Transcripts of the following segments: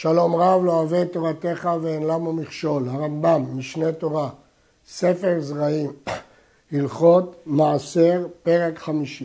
שלום רב לא אוהב את תורתך ואין למו מכשול. הרמב"ם, משנה תורה, ספר זרעים, הלכות מעשר, פרק 5.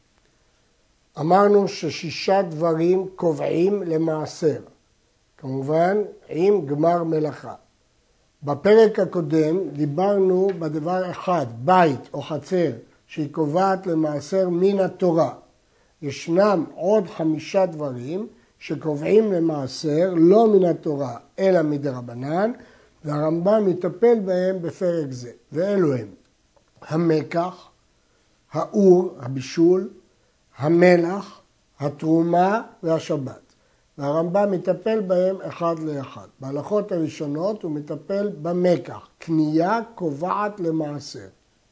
אמרנו ששישה דברים קובעים למעשר, כמובן עם גמר מלאכה. בפרק הקודם דיברנו בדבר אחד, בית או חצר, שהיא קובעת למעשר מן התורה. ישנם עוד 5 דברים שקובעים למעשר לא מן התורה אלא מדרבנן, והרמב"ם מטפל בהם בפרק זה. ואלו הם המקח, האור, הבישול, המלח, התרומה והשבת. והרמב"ם מטפל בהם אחד לאחד. בהלכות הראשונות הוא מטפל במקח, קנייה קובעת למעשר.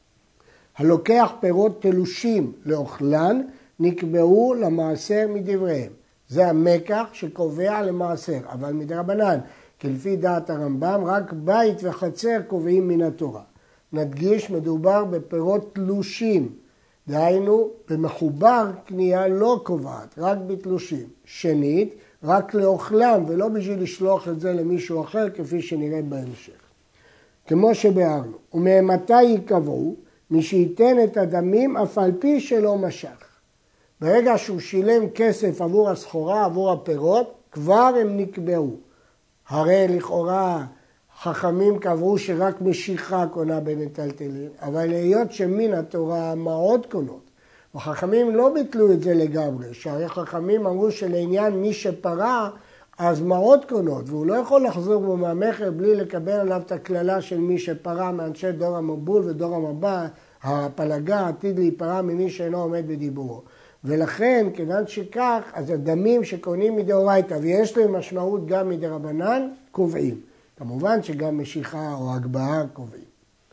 הלוקח פירות תלושים לאוכלן נקבעו למעשר מדבריהם. זה המקח שקובע למעשר, אבל מדרבנן, כי לפי דעת הרמב"ם רק בית וחצר קובעים מן התורה. נדגיש, מדובר בפירות תלושים, דהיינו במחובר קנייה לא קובעת, רק בתלושים. שנית, רק לאוכלם ולא בשביל לשלוח את זה למישהו אחר כפי שנראה בהמשך. כמו שבארנו, וממתי יקבעו? מי שייתן את הדמים אף על פי שלא משך. ברגע שהוא שילם כסף עבור הסחורה, עבור הפירות, כבר הם נקבעו. הרי לכאורה חכמים קבעו שרק משיכה קונה במטלטלין, אבל היות שמן התורה מעות קונות. וחכמים לא ביטלו את זה לגמרי, שהרי חכמים אמרו שלעניין מי שפרה, אז מעות קונות, והוא לא יכול לחזור בו מהמכר בלי לקבל עליו את הכללה של מי שפרה מאנשי דור המבול ודור המבא, הפלגה עתיד להיפרע ממי שאינו עומד בדיבורו. ולכן, כיוון שכך, אז הדמים שקונים מדאורייתא, ויש להם משמעות גם מדרבנן, קובעים. כמובן שגם משיכה או הגבהה קובעים.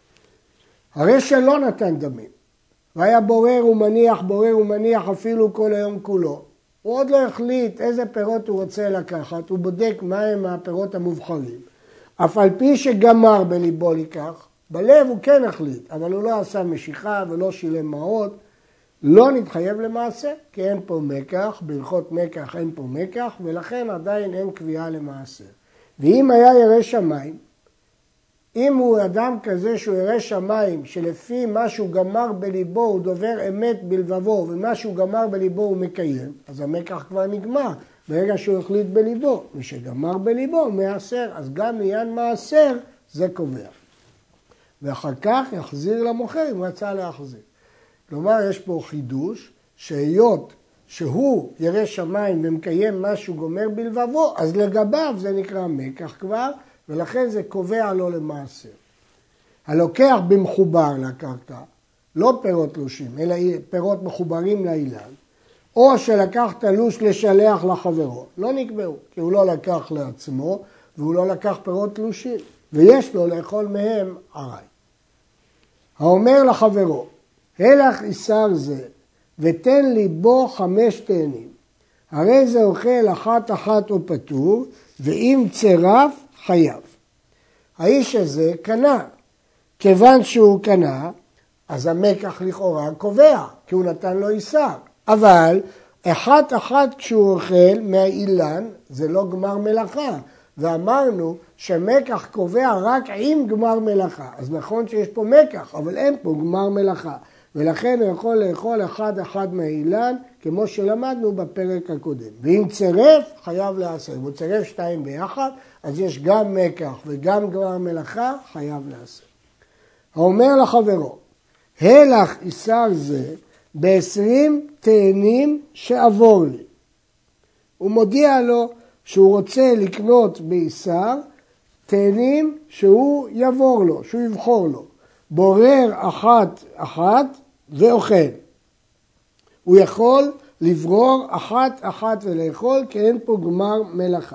הרי שלא נתן דמים, והיה בורר ומניח, בורר ומניח אפילו כל היום כולו. הוא עוד לא החליט איזה פירות הוא רוצה לקחת, הוא בודק מהם הפירות המובחרים. אף על פי שגמר בליבו לקח, בלב הוא כן החליט, אבל הוא לא עשה משיכה ולא שילם מעות, לא נתחייב למעשה, כי אין פה מקח, בהלכות מקח אין פה מקח, ולכן עדיין אין קביעה למעשה. ואם היה ירא שמיים, אם הוא אדם כזה שהוא ירא שמיים, שלפי מה שהוא גמר בליבו הוא דובר אמת בלבבו, ומה שהוא גמר בליבו הוא מקיים, אז המקח כבר נגמר, ברגע שהוא החליט בליבו. מי שגמר בליבו הוא מעשר, אז גם לעניין מעשר זה קובע. ואחר כך יחזיר למוכר אם רצה להחזיר. כלומר, יש פה חידוש, שהיות שהוא ירא שמיים ומקיים מה שהוא גומר בלבבו, אז לגביו זה נקרא מקח כבר, ולכן זה קובע לו למעשר. הלוקח במחובר לקרקע, לא פירות תלושים, אלא פירות מחוברים לאילן, או שלקח תלוש לשלח לחברו, לא נקבעו, כי הוא לא לקח לעצמו, והוא לא לקח פירות תלושים, ויש לו לאכול מהם ערי. האומר לחברו, הלך איסר זה, ותן לי בו 5 תאנים. הרי זה אוכל אחת או פטור, ואם צירף חייב. האיש הזה קנה. כיוון שהוא קנה, אז המקח לכאורה קובע, כי הוא נתן לו איסר. אבל אחת כשהוא אוכל מהאילן, זה לא גמר מלאכה. ואמרנו שמקח קובע רק עם גמר מלאכה. אז נכון שיש פה מקח, אבל אין פה גמר מלאכה. ולכן הוא יכול לאכול אחד מהאילן, כמו שלמדנו בפרק הקודם. ואם צירף, חייב לעשר. אם הוא צירף 2 ביחד, אז יש גם מקח וגם גמר מלאכה, חייב לעשר. האומר לחברו, הלך איסר זה ב20 תאנים שעבור לי. הוא מודיע לו שהוא רוצה לקנות באיסר תאנים שהוא יעבור לו, שהוא יבחור לו. בורר אחת ואוכל. הוא יכול לברור אחת ולאכול, כי אין פה גמר מלאכה.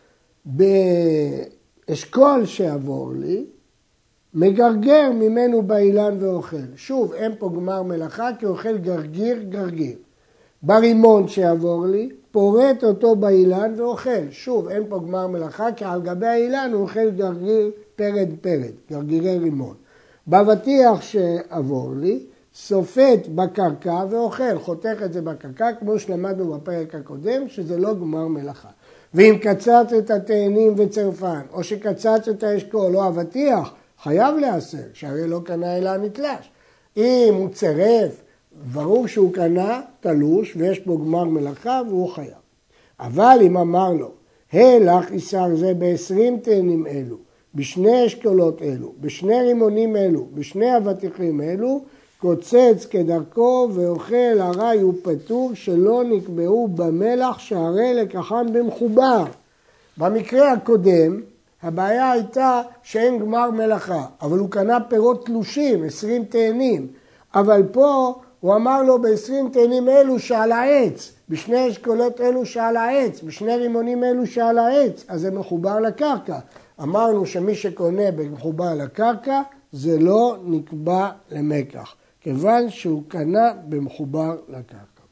באשכול שעבור לי, מגרגר ממנו באילן ואוכל. שוב, אין פה גמר מלאכה, כי אוכל גרגיר. ברימון שעבור לי, פורט אותו באילן ואוכל. שוב, אין פה גמר מלאכה, כי על גבי האילן הוא אוכל גרגיר פרד, גרגירי רימון. בבטיח שעבור לי, סופט בקרקע ואוכל, חותך את זה בקרקע, כמו שלמדנו בפרק הקודם, שזה לא גמר מלאכה. ואם קצץ את התאנים וצרפן, או שקצץ את האשכול או אבטיח, חייב להסר, שהרי לא קנה אלא נתלש. אם הוא צירף, ברור שהוא קנה תלוש ויש בו גמר מלאכה והוא חייב. אבל אם אמר לו, לך איסר זה ב20 תאנים אלו, בשני אשכולות אלו, בשני רימונים אלו, בשני אבטיחים אלו, קוצץ כדרכו ואוכל הרי ופטור שלא נקבעו במלח שהרי לקחם במחובר. במקרה הקודם הבעיה הייתה שאין גמר מלאכה, אבל הוא קנה פירות תלושים, 20 תאנים, אבל פה הוא אמר לו ב20 תאנים אלו שעל העץ, בשני אשכולות אלו שעל העץ, בשני רימונים אלו שעל העץ, אז זה מחובר לקרקע. אמרנו שמי שקונה במחובר לקרקע זה לא נקבע למקח, כיוון שהוא קנה במחובר לקרקע.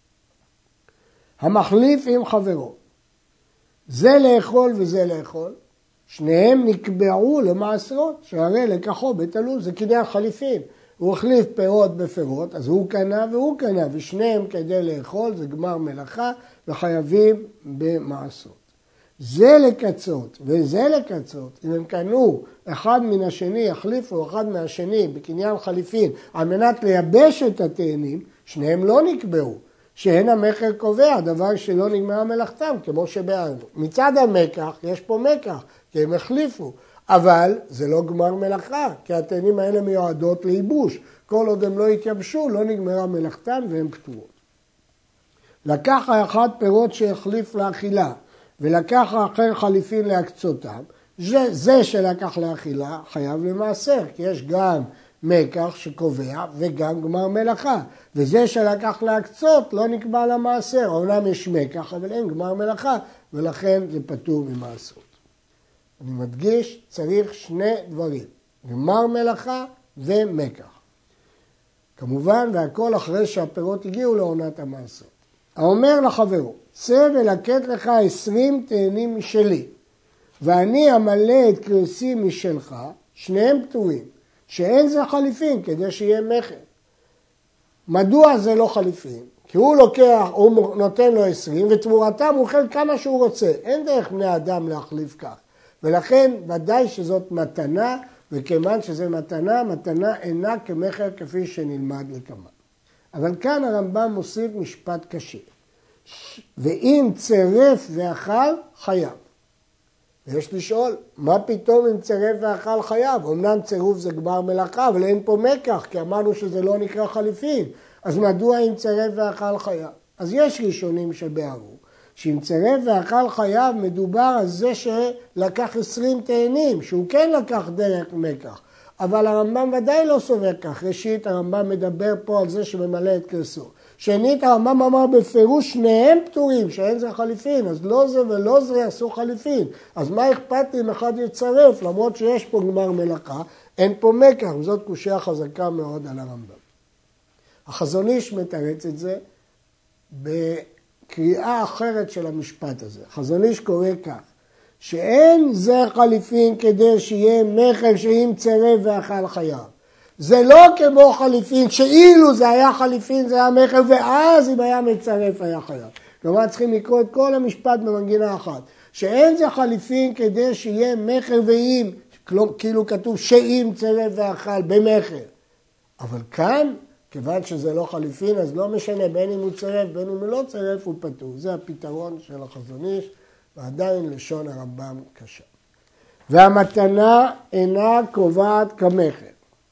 המחליף עם חברו, זה לאכול וזה לאכול, שניהם נקבעו למעשרות, שהרי לקחו בתלוש, זה קניין חליפין. הוא החליף פירות בפירות, אז הוא קנה והוא קנה, ושניהם כדי לאכול, זה גמר מלאכה, וחייבים במעשרות. זה לקצות וזה לקצות, אם הם קנו אחד מן השני, יחליפו אחד מהשני בקניין חליפין, על מנת לייבש את התאנים, שניהם לא נקבעו. שאין המקח קובע, דבר שלא נגמרה מלאכתם, כמו שבארנו. מצד המקח, יש פה מקח, כי הם החליפו, אבל זה לא גמר מלאכה, כי התאנים האלה מיועדות לייבוש. כל עוד הם לא התייבשו, לא נגמרה מלאכתם והן פטורות. לקח האחד פירות שהחליף לאכילה, ולקח האחר חליפין להקצותם, זה שלקח לאכילה חייב למעשר, כי יש גם מקח שקובע וגם גמר מלאכה. וזה שלקח להקצות לא נקבע למעשר. אומנם יש מקח, אבל אין גמר מלאכה, ולכן זה פטור ממעשרות. אני מדגיש, צריך שני דברים, גמר מלאכה ומקח. כמובן, והכל אחרי שהפירות הגיעו לעונת המעשרות. האומר לחברו, צא ולקט לך 20 תאנים משלי, ואני אמלא את קרסי משלך, שניהם פטורים. שאין זה חליפין כדי שיהיה מחר. מדוע זה לא חליפין? כי הוא לוקח, הוא נותן לו 20 ותמורתם הוא אוכל כמה שהוא רוצה. אין דרך בני אדם להחליף כך. ולכן ודאי שזאת מתנה, וכיוון שזה מתנה, מתנה אינה כמחר כפי שנלמד לקמן. אבל כאן הרמב"ם מוסיף משפט קשה. ואם צירף ואכל, חייב. ויש לשאול, מה פתאום אם צירף ואכל חייב? אמנם צירוף זה גמר מלאכה, אבל אין פה מקח, כי אמרנו שזה לא נקרא חליפין. אז מדוע אם צירף ואכל חייב? אז יש ראשונים שבארו, שאם צירף ואכל חייב מדובר על זה שלקח 20 תאנים, שהוא כן לקח דרך מקח. אבל הרמב"ם ודאי לא סובר כך. ראשית, הרמב"ם מדבר פה על זה שממלא את קרסו. שנית, הרמב"ם אמר בפירוש שניהם פטורים, שאין זה חליפין, אז לא זה ולא זה יעשו חליפין. אז מה אכפת לי אם אחד יצרף, למרות שיש פה גמר מלאכה, אין פה מקח, וזאת קושיה חזקה מאוד על הרמב"ם. החזון איש מתרץ את זה בקריאה אחרת של המשפט הזה. החזון איש קורא כך, שאין זה חליפין כדי שיהיה מחל שאם צירף ואכל חייב. זה לא כמו חליפין, שאילו זה היה חליפין זה היה מחל, ואז אם היה מצרף היה חייב. כלומר צריכים לקרוא את כל המשפט במנגינה אחת. שאין זה חליפין כדי שיהיה מחל ואם, כאילו כתוב שאם צירף ואכל במחל. אבל כאן, כיוון שזה לא חליפין, אז לא משנה בין אם הוא צירף, בין אם הוא לא צירף, הוא פטור. זה הפתרון של החזון איש, ועדיין לשון הרמב"ם קשה. והמתנה אינה קובעת כמחל.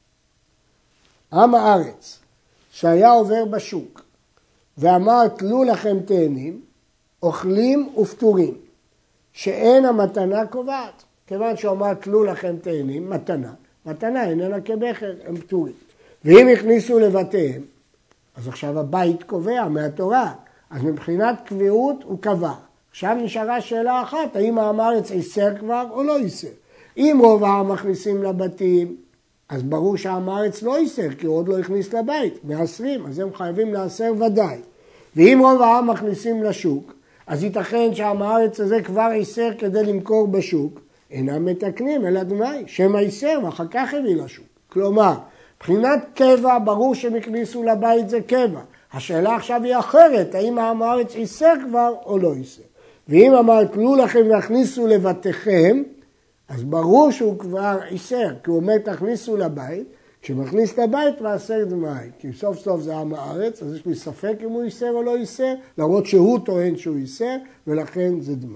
עם הארץ שהיה עובר בשוק ואמר תלו לכם תאנים, אוכלים ופטורים, שאין המתנה קובעת. כיוון שהוא אמר תלו לכם תאנים, מתנה איננה כמחל, הם פטורים. ואם הכניסו לבתיהם, אז עכשיו הבית קובע מהתורה, אז מבחינת קביעות הוא קבע. עכשיו נשארה שאלה אחת, האם העם הארץ איסר כבר או לא איסר. אם רוב העם מכניסים לבתים, אז ברור שהעם הארץ לא איסר, כי הוא עוד לא הכניס לבית, מעשרים, אז הם חייבים לאסר ודאי. ואם רוב העם מכניסים לשוק, אז ייתכן שהעם הארץ הזה כבר איסר כדי למכור בשוק, אינם מתקנים אלא דמי, שם איסר ואחר כך הביא לשוק. כלומר, מבחינת קבע, ברור שהם הכניסו לבית זה קבע. השאלה עכשיו היא אחרת, האם העם הארץ איסר כבר או לא איסר. ואם אמר תלו לכם והכניסו לבתיכם, אז ברור שהוא כבר איסר, כי הוא אומר תכניסו לבית, כשמכניס לבית מעשר דמאי, כי סוף סוף זה עם הארץ, אז יש לי ספק אם הוא איסר או לא איסר, למרות שהוא טוען שהוא איסר, ולכן זה דמאי.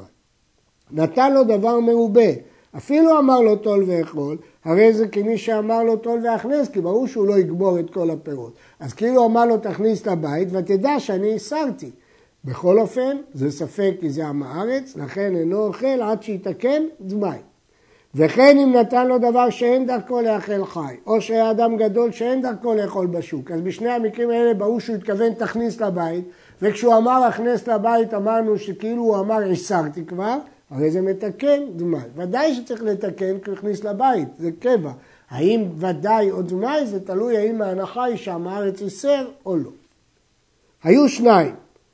נתן לו דבר מרובה, אפילו אמר לו טול ואכול, הרי זה כמי שאמר לו טול והכנס, כי ברור שהוא לא יגמור את כל הפירות. אז כאילו אמר לו תכניס לבית ותדע שאני איסרתי. בכל אופן, זה ספק כי זה עם הארץ, לכן אינו אוכל עד שיתקן דמאי. וכן אם נתן לו דבר שאין דרכו לאכל חי, או שהיה אדם גדול שאין דרכו לאכול בשוק, אז בשני המקרים האלה ברור שהוא התכוון תכניס לבית, וכשהוא אמר הכנס לבית אמרנו שכאילו הוא אמר איסרתי כבר, הרי זה מתקן דמאי. ודאי שצריך לתקן כי הוא הכניס לבית, זה קבע. האם ודאי או דמאי זה תלוי האם ההנחה היא שעם הארץ איסר או לא. היו שניים,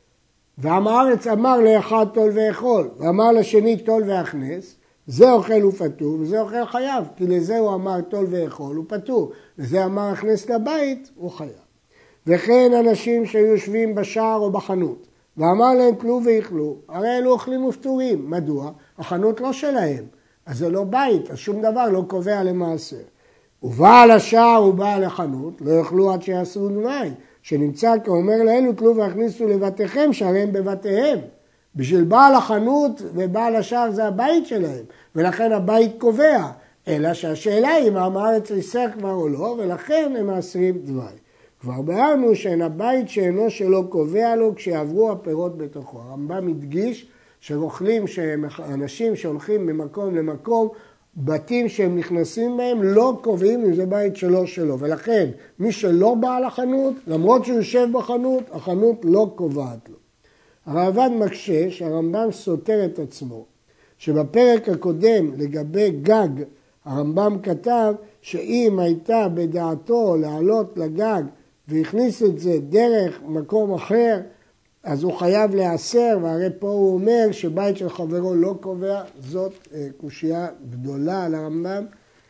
ועם הארץ אמר לאחד טול ואכול, ואמר לשני טול והכנס, זה אוכל ופטור וזה אוכל חייב, כי לזה הוא אמר טול ואכול הוא פטור, לזה אמר הכנס לבית הוא חייב. וכן אנשים שיושבים בשער או בחנות, ואמר להם תלו ואכלו, הרי אלו אוכלים ופטורים. מדוע? החנות לא שלהם, אז זה לא בית, אז שום דבר לא קובע למעשר. ובעל השער ובעל החנות לא יאכלו עד שיעשו דמאי, שנמצא כאומר לאלו תלו והכניסו לבתיכם שהרי בבתיהם. בשביל בעל החנות ובעל השער זה הבית שלהם, ולכן הבית קובע, אלא שהשאלה היא אם עם הארץ איסר כבר או לא, ולכן הם מעשרים דמאי. כבר ביארנו שאין הבית שאינו שלו קובע לו כשיעברו הפירות בתוכו. הרמב"ם מדגיש שאוכלים אנשים שהולכים ממקום למקום, בתים שהם נכנסים בהם לא קובעים אם זה בית שלו, ולכן מי שלא בא לחנות, למרות שהוא יושב בחנות, החנות לא קובעת לו. הרעב"ד מקשה שהרמב"ם סותר את עצמו, שבפרק הקודם לגבי גג, הרמב"ם כתב שאם הייתה בדעתו לעלות לגג והכניס את זה דרך מקום אחר, אז הוא חייב להיאסר, והרי פה הוא אומר שבית של חברו לא קובע, זאת קושייה גדולה על הרמב"ם.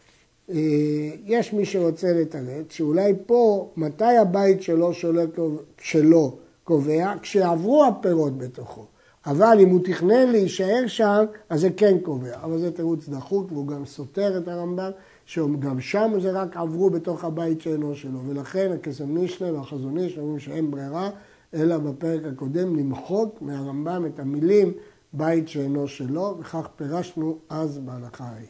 יש מי שרוצה לתרץ שאולי פה מתי הבית שלו קובע? כשעברו הפירות בתוכו. אבל אם הוא תכנן להישאר שם, אז זה כן קובע. אבל זה תירוץ דחוק, והוא גם סותר את הרמב"ם, שגם שם זה רק עברו בתוך הבית שאינו שלו. ולכן הכסף משנה והחזון איש אומרים שאין ברירה, אלא בפרק הקודם למחוק מהרמב"ם את המילים בית שאינו שלו, וכך פירשנו אז בהלכה ההיא.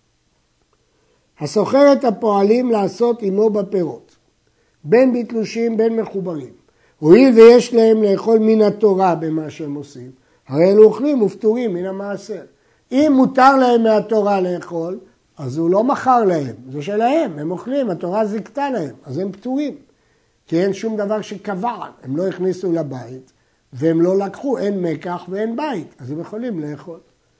הסוחר את הפועלים לעשות עמו בפירות, בין בתלושים בין מחוברים. הואיל ויש להם לאכול מן התורה במה שהם עושים, הרי אלו אוכלים ופטורים מן המעשר. אם מותר להם מהתורה לאכול, אז הוא לא מכר להם, זה שלהם, הם אוכלים, התורה זיקתה להם, אז הם פטורים. כי אין שום דבר שקבע, הם לא הכניסו לבית, והם לא לקחו, אין מקח ואין בית, אז הם יכולים לאכול.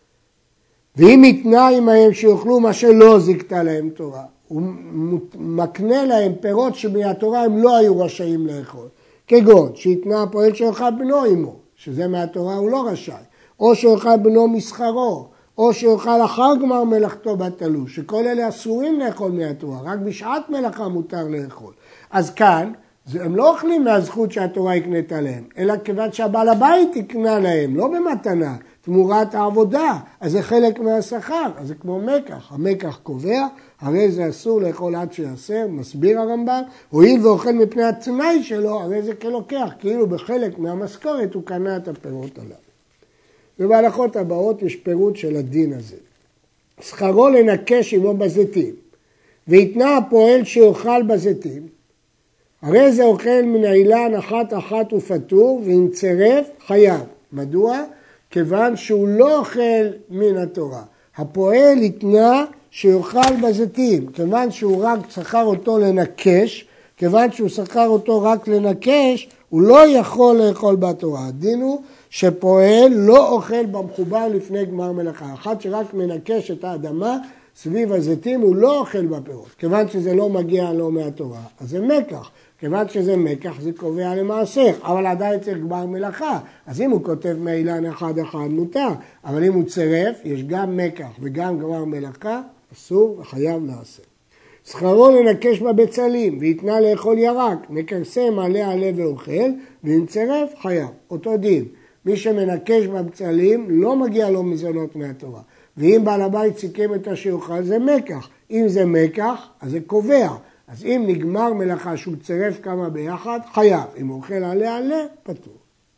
ואם יתנה עמהם שיאכלו מה שלא זיקתה להם תורה, הוא מקנה להם פירות שמהתורה הם לא היו רשאים לאכול. כגון שיתנה הפועל שיאכל בנו עמו, שזה מהתורה הוא לא רשאי, או שיאכל בנו מסחרו, או שיאכל אחר גמר מלאכתו בתלוש, שכל אלה אסורים לאכול מהתורה, רק בשעת מלאכה מותר לאכול. אז כאן, הם לא אוכלים מהזכות שהתורה הקנתה להם, אלא כיוון שהבעל הבית הקנה להם, לא במתנה, תמורת העבודה, אז זה חלק מהשכר, אז זה כמו מקח, המקח קובע, הרי זה אסור לאכול עד שיעשר, מסביר הרמב"ם, הואיל ואוכל מפני התנאי שלו, הרי זה כלוקח, כאילו בחלק מהמשכורת הוא קנה את הפירות עליו. ובהלכות הבאות יש פירוט של הדין הזה. שכרו לנקש עמו בזיתים, ויתנה הפועל שיאכל בזיתים, הרי זה אוכל מן האילן אחת ופטור, ואם צירף חייב. מדוע? כיוון שהוא לא אוכל מן התורה. הפועל יתנה שיאכל בזיתים, כיוון שהוא רק שכר אותו לנקש, כיוון שהוא שכר אותו רק לנקש, הוא לא יכול לאכול בתורה. הדין הוא שפועל לא אוכל במחובר לפני גמר מלאכה. אחד שרק מנקש את האדמה סביב הזיתים, הוא לא אוכל בפירות, כיוון שזה לא מגיע לו מהתורה. אז זה מקח. כיוון שזה מקח זה קובע למעשר, אבל עדיין צריך גמר מלאכה. אז אם הוא כותב מאילן אחד מותר, אבל אם הוא צירף, יש גם מקח וגם גמר מלאכה, אסור וחייב לעשר. שכרו לנקש בבצלים, ויתנה לאכול ירק, מקרסם עלה ואוכל, ואם צירף חייב. אותו דין, מי שמנקש בבצלים לא מגיע לו מזונות מהתורה. ואם בעל הבית סיכם את השיוכל זה מקח. אם זה מקח, אז זה קובע. אז אם נגמר מלאכה שהוא צירף כמה ביחד, חייב. אם הוא אוכל עלה, פטור.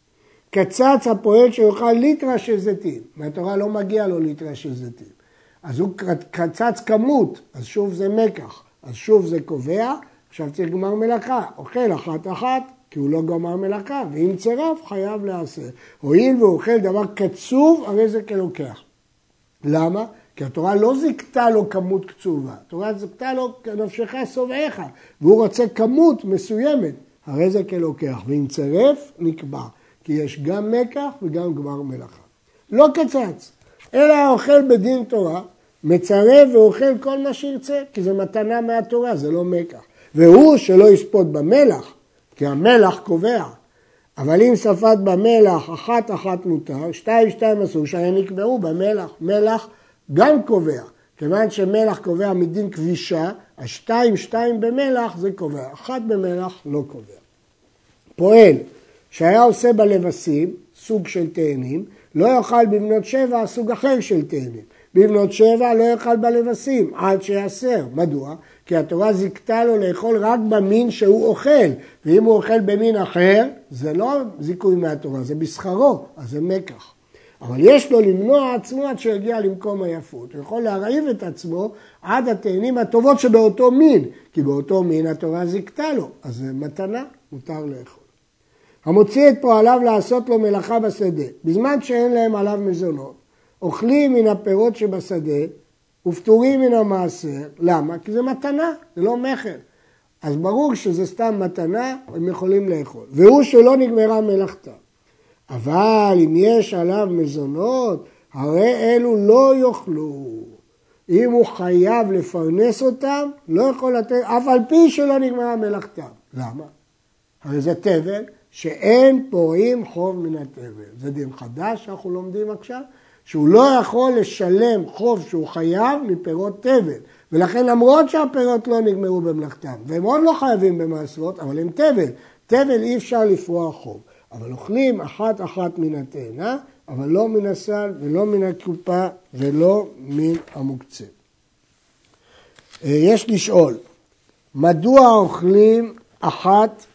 קצץ הפועל שיוכל ליטרה של זיתים. מהתורה לא מגיע לו ליטרה של זיתים. אז הוא קצץ כמות, אז שוב זה מקח. אז שוב זה קובע, עכשיו צריך גמר מלאכה. אוכל אחת, כי הוא לא גמר מלאכה, ואם צירף חייב לעשר. הואיל והוא אוכל דבר קצוב, הרי זה כלוקח. למה? כי התורה לא זיקתה לו כמות קצובה. התורה זיקתה לו כנפשך סובעך, והוא רוצה כמות מסוימת. הרי זה כלוקח, ואם צירף נקבע, כי יש גם מקח וגם גמר מלאכה. לא קצץ, אלא האוכל בדין תורה, מצרף ואוכל כל מה שירצה, כי זה מתנה מהתורה, זה לא מקח. והוא שלא יספוט במלח, כי המלח קובע. אבל אם ספת במלח אחת מותר, 2 אסור, שהרי נקבעו במלח. מלח גם קובע. כיוון שמלח קובע מדין כבישה, 2 במלח זה קובע. 1 במלח לא קובע. פועל שהיה עושה בלבסים, סוג של תאנים, לא יאכל בבנות 7 סוג אחר של תאנים. בבנות 7 לא יאכל בלבסים עד שיעשר. מדוע? כי התורה זיקתה לו לאכול רק במין שהוא אוכל, ואם הוא אוכל במין אחר, זה לא זיכוי מהתורה, זה בשכרו, אז זה מקח. אבל יש לו למנוע עצמו עד שיגיע למקום היפות. הוא יכול להרעיב את עצמו עד התאנים הטובות שבאותו מין, כי באותו מין התורה זיקתה לו, אז זה מתנה, מותר לאכול. המוציא את פועליו לעשות לו מלאכה בשדה, בזמן שאין להם עליו מזונות, אוכלים מן הפירות שבשדה, ופטורים מן המעשר. למה? כי זה מתנה, זה לא מחר. אז ברור שזה סתם מתנה, הם יכולים לאכול. והוא שלא נגמרה מלאכתה. אבל אם יש עליו מזונות, הרי אלו לא יאכלו. אם הוא חייב לפרנס אותם, לא יכול לתת, אף על פי שלא נגמרה מלאכתה. למה? הרי זה תבל שאין פורעים חוב מן התבל. זה דין חדש שאנחנו לומדים עכשיו. שהוא לא יכול לשלם חוב שהוא חייב מפירות תבל. ולכן למרות שהפירות לא נגמרו במלאכתם, והם עוד לא חייבים במעשרות, אבל הם תבל. תבל אי אפשר לפרוע חוב. אבל אוכלים אחת מן התאנה, אבל לא מן הסל ולא מן הקופה ולא מן המוקצה. יש לשאול, מדוע אוכלים אחת?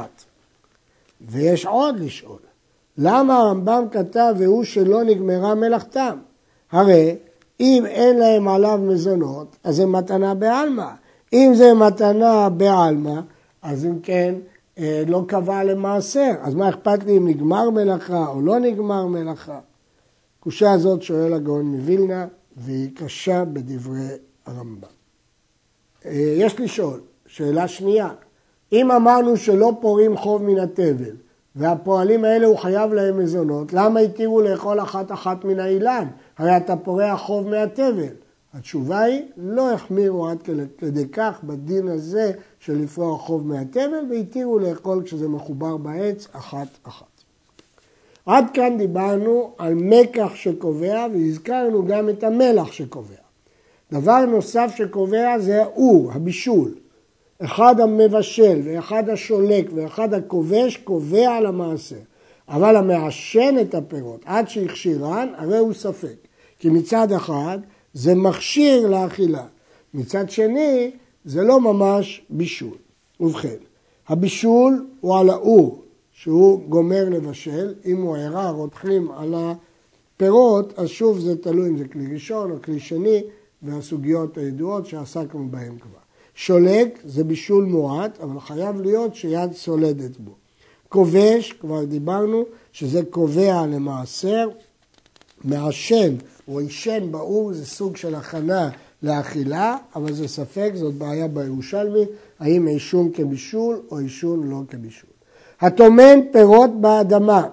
ויש עוד לשאול. למה הרמב"ם כתב והוא שלא נגמרה מלאכתם? הרי אם אין להם עליו מזונות, אז זה מתנה בעלמא. אם זה מתנה בעלמא, אז אם כן לא קבע למעשר. אז מה אכפת לי אם נגמר מלאכה או לא נגמר מלאכה? קושה הזאת שואל הגאון מווילנה, והיא קשה בדברי הרמב"ם. יש לשאול, שאלה שנייה. אם אמרנו שלא פורעים חוב מן התבל, והפועלים האלה הוא חייב להם מזונות, למה התירו לאכול אחת מן האילן? הרי אתה פורע חוב מהתבל. התשובה היא, לא החמירו עד כדי כך בדין הזה של לפרוע חוב מהתבל, והתירו לאכול כשזה מחובר בעץ אחת. עד כאן דיברנו על מקח שקובע, והזכרנו גם את המלח שקובע. דבר נוסף שקובע זה האור, הבישול. אחד המבשל ואחד השולק ואחד הכובש קובע על המעשר. אבל המעשן את הפירות עד שהכשירן, הרי הוא ספק. כי מצד אחד זה מכשיר לאכילה. מצד שני זה לא ממש בישול. ובכן, הבישול הוא על האור, שהוא גומר לבשל. אם הוא ערה, רותחים על הפירות, אז שוב זה תלוי אם זה כלי ראשון או כלי שני, והסוגיות הידועות שעסקנו בהן כבר. שולק זה בישול מועט, אבל חייב להיות שיד סולדת בו. כובש, כבר דיברנו, שזה קובע למעשר. מעשן או עישן באור זה סוג של הכנה לאכילה, אבל זה ספק, זאת בעיה בירושלמי, האם עישון כבישול או עישון לא כבישול. הטומן פירות באדמה,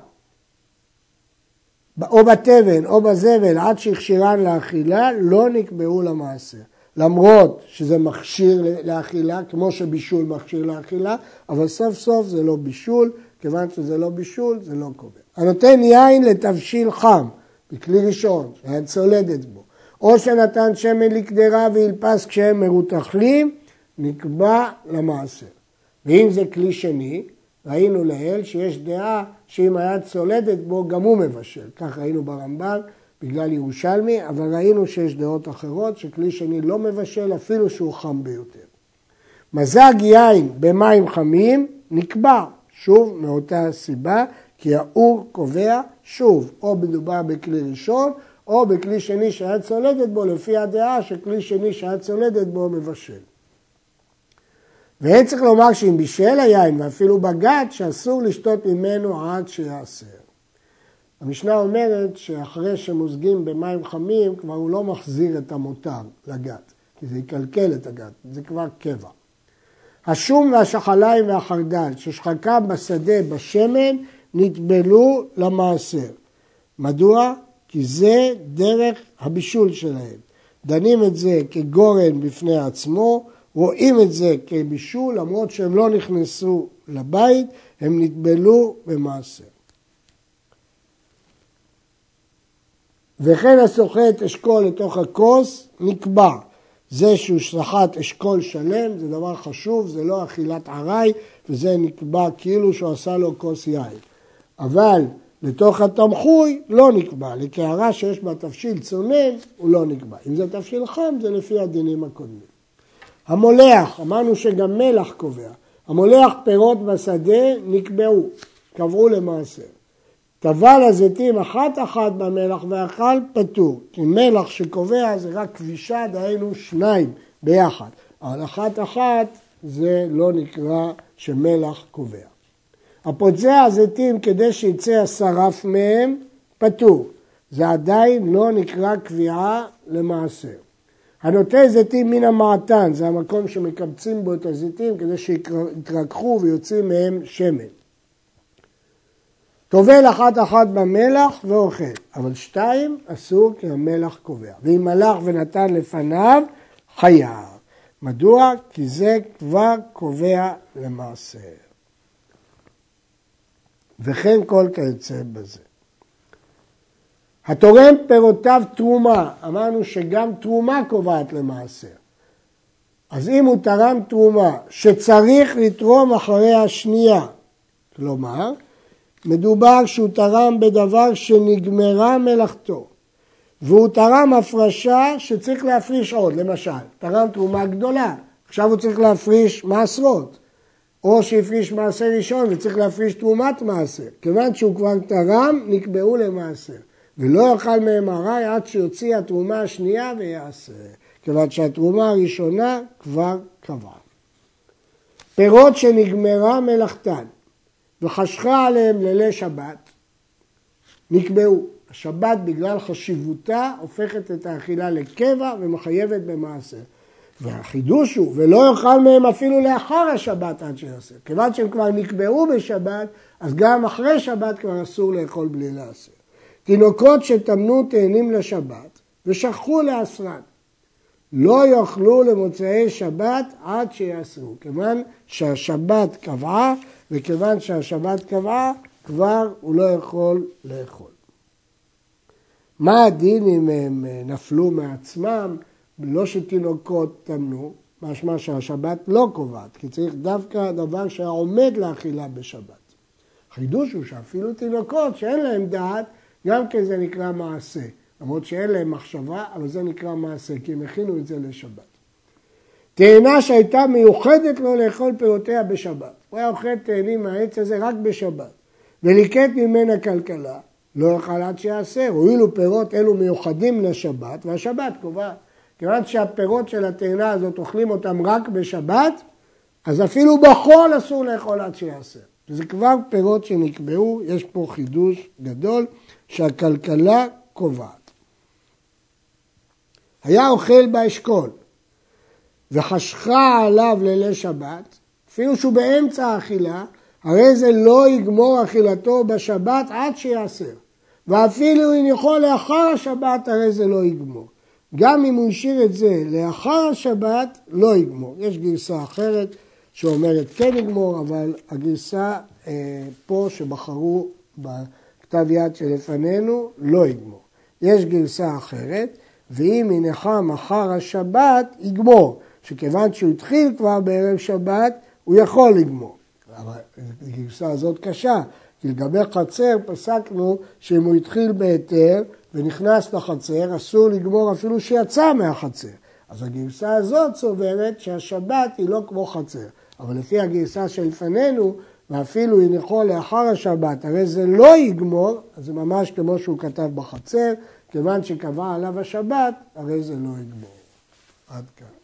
או בתבן או בזבל, עד שהכשירן לאכילה, לא נקבעו למעשר. למרות שזה מכשיר לאכילה, כמו שבישול מכשיר לאכילה, אבל סוף סוף זה לא בישול, כיוון שזה לא בישול, זה לא קובע. הנותן יין לתבשיל חם, בכלי ראשון, שהיה צולדת בו, או שנתן שמן לקדרה וילפס כשהם מרותחים, נקבע למעשר. ואם זה כלי שני, ראינו לעיל שיש דעה שאם היד צולדת בו גם הוא מבשל. כך ראינו ברמב"ם בגלל ירושלמי, אבל ראינו שיש דעות אחרות שכלי שני לא מבשל אפילו שהוא חם ביותר. מזג יין במים חמים נקבע, שוב מאותה סיבה, כי האור קובע שוב, או מדובר בכלי ראשון, או בכלי שני שהיד צולדת בו, לפי הדעה שכלי שני שהיד צולדת בו מבשל. ואין צריך לומר שאם בישל היין ואפילו בגד, שאסור לשתות ממנו עד שיעשר. המשנה אומרת שאחרי שמוזגים במים חמים, כבר הוא לא מחזיר את המותר לגד, כי זה יקלקל את הגד, זה כבר קבע. השום והשחליים והחרדל ששחקה בשדה בשמן, נטבלו למעשר. מדוע? כי זה דרך הבישול שלהם. דנים את זה כגורן בפני עצמו, רואים את זה כבישול, למרות שהם לא נכנסו לבית, הם נטבלו במעשר. וכן הסוחט אשכול לתוך הכוס נקבע. זה שהוא שחט אשכול שלם, זה דבר חשוב, זה לא אכילת עראי, וזה נקבע כאילו שהוא עשה לו כוס יין. אבל לתוך התמחוי לא נקבע, לקערה שיש בה תבשיל צונן הוא לא נקבע. אם זה תבשיל חם זה לפי הדינים הקודמים. המולח, אמרנו שגם מלח קובע. המולח פירות בשדה נקבעו, קבעו למעשר. טבל הזיתים אחת במלח ואכל פטור. כי מלח שקובע זה רק כבישה, דהיינו שניים ביחד. אבל אחת זה לא נקרא שמלח קובע. הפוצע הזיתים כדי שיצא השרף מהם פטור. זה עדיין לא נקרא קביעה למעשר. הנוטה זיתים מן המעתן, זה המקום שמקבצים בו את הזיתים כדי שיתרככו ויוצאים מהם שמן. טובל אחת במלח ואוכל, אבל 2 אסור כי המלח קובע. ואם מלח ונתן לפניו, חייב. מדוע? כי זה כבר קובע למעשר. וכן כל כיוצא בזה. התורם פירותיו תרומה, אמרנו שגם תרומה קובעת למעשר. אז אם הוא תרם תרומה שצריך לתרום אחרי השנייה, כלומר, מדובר שהוא תרם בדבר שנגמרה מלאכתו, והוא תרם הפרשה שצריך להפריש עוד, למשל, תרם תרומה גדולה, עכשיו הוא צריך להפריש מעשרות, או שהפריש מעשר ראשון וצריך להפריש תרומת מעשר. כיוון שהוא כבר תרם, נקבעו למעשר. ולא יאכל מהם עראי עד שיוציא התרומה השנייה ויעשר. כיוון שהתרומה הראשונה כבר קבעה. פירות שנגמרה מלאכתן וחשכה עליהם לילי שבת, נקבעו. השבת בגלל חשיבותה הופכת את האכילה לקבע ומחייבת במעשר. והחידוש הוא, ולא יאכל מהם אפילו לאחר השבת עד שיעשר. כיוון שהם כבר נקבעו בשבת, אז גם אחרי שבת כבר אסור לאכול בלי לעשר. תינוקות שטמנו תאנים לשבת ושכחו לעשרן, לא יאכלו למוצאי שבת עד שיעשרו. כיוון שהשבת קבעה, וכיוון שהשבת קבעה, כבר הוא לא יכול לאכול. מה הדין אם הם נפלו מעצמם? לא שתינוקות טמנו, משמע שהשבת לא קובעת, כי צריך דווקא דבר שעומד לאכילה בשבת. חידוש הוא שאפילו תינוקות שאין להם דעת, גם כן זה נקרא מעשה. למרות שאין להם מחשבה, אבל זה נקרא מעשה, כי הם הכינו את זה לשבת. תאנה שהייתה מיוחדת לו לאכול פירותיה בשבת. הוא היה אוכל תאנים מהעץ הזה רק בשבת. וליקט ממנה כלכלה, לא יאכל עד שיעשר. הואילו פירות אלו מיוחדים לשבת, והשבת קובעת. כיוון שהפירות של התאנה הזאת אוכלים אותם רק בשבת, אז אפילו בחול אסור לאכול עד שיעשר. וזה כבר פירות שנקבעו, יש פה חידוש גדול שהכלכלה קובעת. היה אוכל באשכול וחשכה עליו לילי שבת, אפילו שהוא באמצע האכילה, הרי זה לא יגמור אכילתו בשבת עד שיעשר. ואפילו אם יכול לאחר השבת, הרי זה לא יגמור. גם אם הוא השאיר את זה לאחר השבת, לא יגמור. יש גרסה אחרת שאומרת כן יגמור, אבל הגרסה פה שבחרו בכתב יד שלפנינו, לא יגמור. יש גרסה אחרת, ואם ינחם אחר השבת, יגמור. שכיוון שהוא התחיל כבר בערב שבת, הוא יכול לגמור. אבל הגרסה הזאת קשה, כי לגבי חצר פסקנו שאם הוא התחיל בהיתר ונכנס לחצר, אסור לגמור אפילו שיצא מהחצר. אז הגרסה הזאת סוברת שהשבת היא לא כמו חצר. אבל לפי הגרסה שלפנינו, ואפילו אם יכול לאחר השבת, הרי זה לא יגמור, אז זה ממש כמו שהוא כתב בחצר, כיוון שקבע עליו השבת, הרי זה לא יגמור. עד כאן.